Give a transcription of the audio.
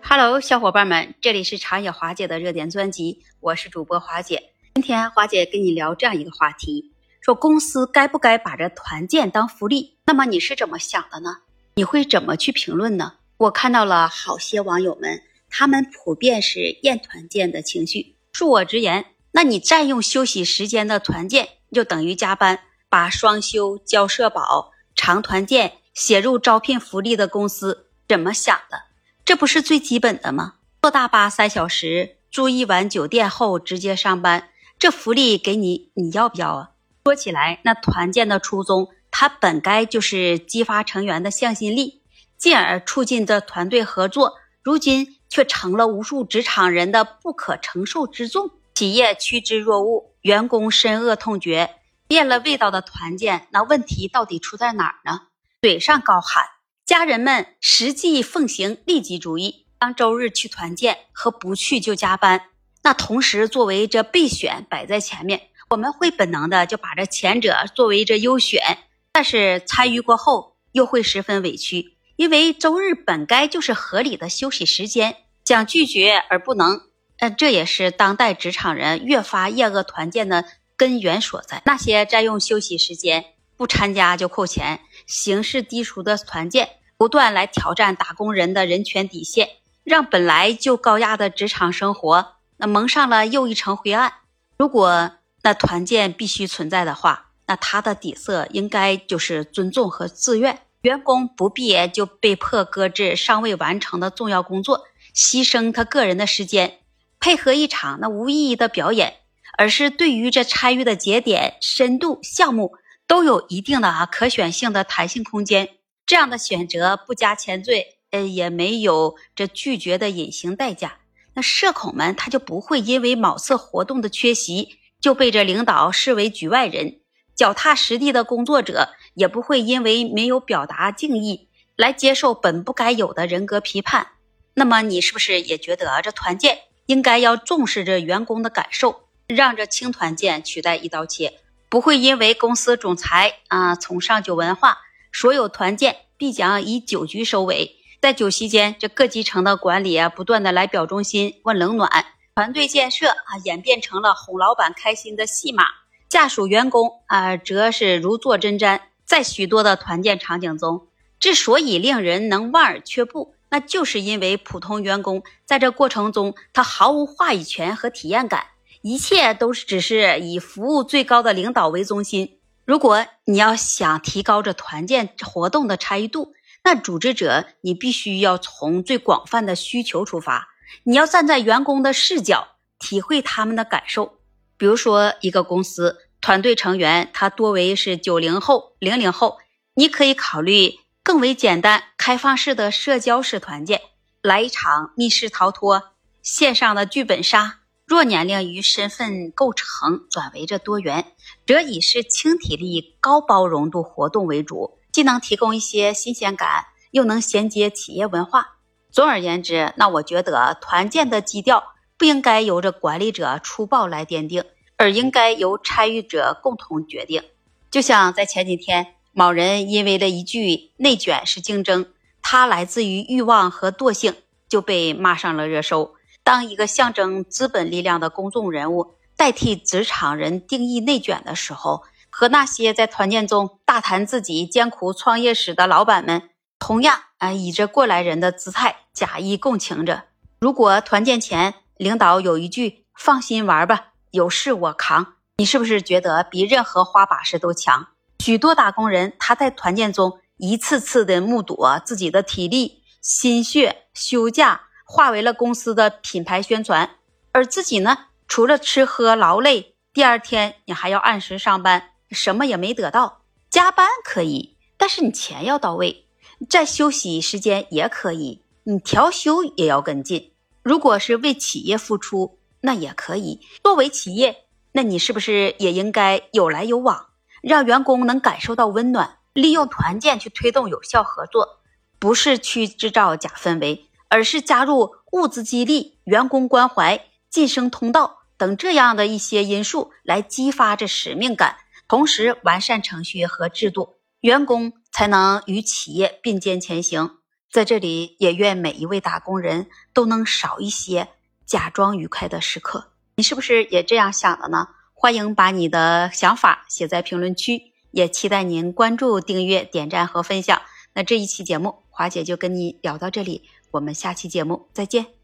Hello， 小伙伴们，这里是长野华姐的热点专辑，我是主播华姐。今天华姐跟你聊这样一个话题，说公司该不该把这团建当福利？那么你是怎么想的呢？你会怎么去评论呢？我看到了好些网友们，他们普遍是厌团建的情绪。恕我直言，那你占用休息时间的团建就等于加班，把双休、交社保、长团建写入招聘福利的公司怎么想的？这不是最基本的吗？坐大巴3小时，住一晚酒店后直接上班，这福利给你，你要不要啊？说起来，那团建的初衷，它本该就是激发成员的向心力，进而促进着团队合作，如今却成了无数职场人的不可承受之重。企业趋之若鹜，员工深恶痛绝，变了味道的团建，那问题到底出在哪儿呢？嘴上高喊家人们实际奉行利己主义，当周日去团建和不去就加班，那同时作为这备选摆在前面，我们会本能的就把这前者作为这优选，但是参与过后又会十分委屈，因为周日本该就是合理的休息时间，想拒绝而不能，这也是当代职场人越发厌恶团建的根源所在。那些占用休息时间不参加就扣钱，形式低俗的团建不断来挑战打工人的人权底线，让本来就高压的职场生活那蒙上了又一层灰暗。如果那团建必须存在的话，那它的底色应该就是尊重和自愿，员工不必就被迫搁置尚未完成的重要工作，牺牲他个人的时间配合一场那无意义的表演，而是对于这参与的节点、深度、项目都有一定的可选性的弹性空间。这样的选择不加前缀，也没有这拒绝的隐形代价。那社恐们他就不会因为某次活动的缺席就被这领导视为局外人，脚踏实地的工作者也不会因为没有表达敬意来接受本不该有的人格批判。那么你是不是也觉得这团建应该要重视这员工的感受，让这轻团建取代一刀切，不会因为公司总裁崇尚酒文化，所有团建必将以酒局收尾。在酒席间，这各基层的管理不断的来表忠心问冷暖，团队建设演变成了哄老板开心的戏码，下属员工则是如坐针毡。在许多的团建场景中，之所以令人能望而却步，那就是因为普通员工在这过程中他毫无话语权和体验感，一切都只是以服务最高的领导为中心。如果你要想提高这团建活动的参与度，那组织者你必须要从最广泛的需求出发，你要站在员工的视角，体会他们的感受。比如说一个公司团队成员他多为是90后、00后，你可以考虑更为简单开放式的社交式团建，来一场密室逃脱、线上的剧本杀。若年龄与身份构成转为这多元，则以是轻体力高包容度活动为主，既能提供一些新鲜感，又能衔接企业文化。总而言之，那我觉得团建的基调不应该由着管理者粗暴来奠定，而应该由参与者共同决定。就像在前几天，某人因为了一句内卷是竞争，它来自于欲望和惰性，就被骂上了热搜。当一个象征资本力量的公众人物代替职场人定义内卷的时候，和那些在团建中大谈自己艰苦创业史的老板们同样以着过来人的姿态假意共情着。如果团建前领导有一句放心玩吧，有事我扛，你是不是觉得比任何花把式都强？许多打工人他在团建中一次次的目睹自己的体力、心血、休假化为了公司的品牌宣传，而自己呢，除了吃喝劳累，第二天你还要按时上班，什么也没得到。加班可以，但是你钱要到位，在休息时间也可以，你调休也要跟进。如果是为企业付出，那也可以。作为企业，那你是不是也应该有来有往，让员工能感受到温暖，利用团建去推动有效合作，不是去制造假氛围，而是加入物资激励、员工关怀、晋升通道等这样的一些因素来激发这使命感，同时完善程序和制度，员工才能与企业并肩前行。 在这里也愿每一位打工人都能少一些假装愉快的时刻。你是不是也这样想的呢？欢迎把你的想法写在评论区，也期待您关注、订阅、点赞和分享。那这一期节目，华姐就跟你聊到这里，我们下期节目再见。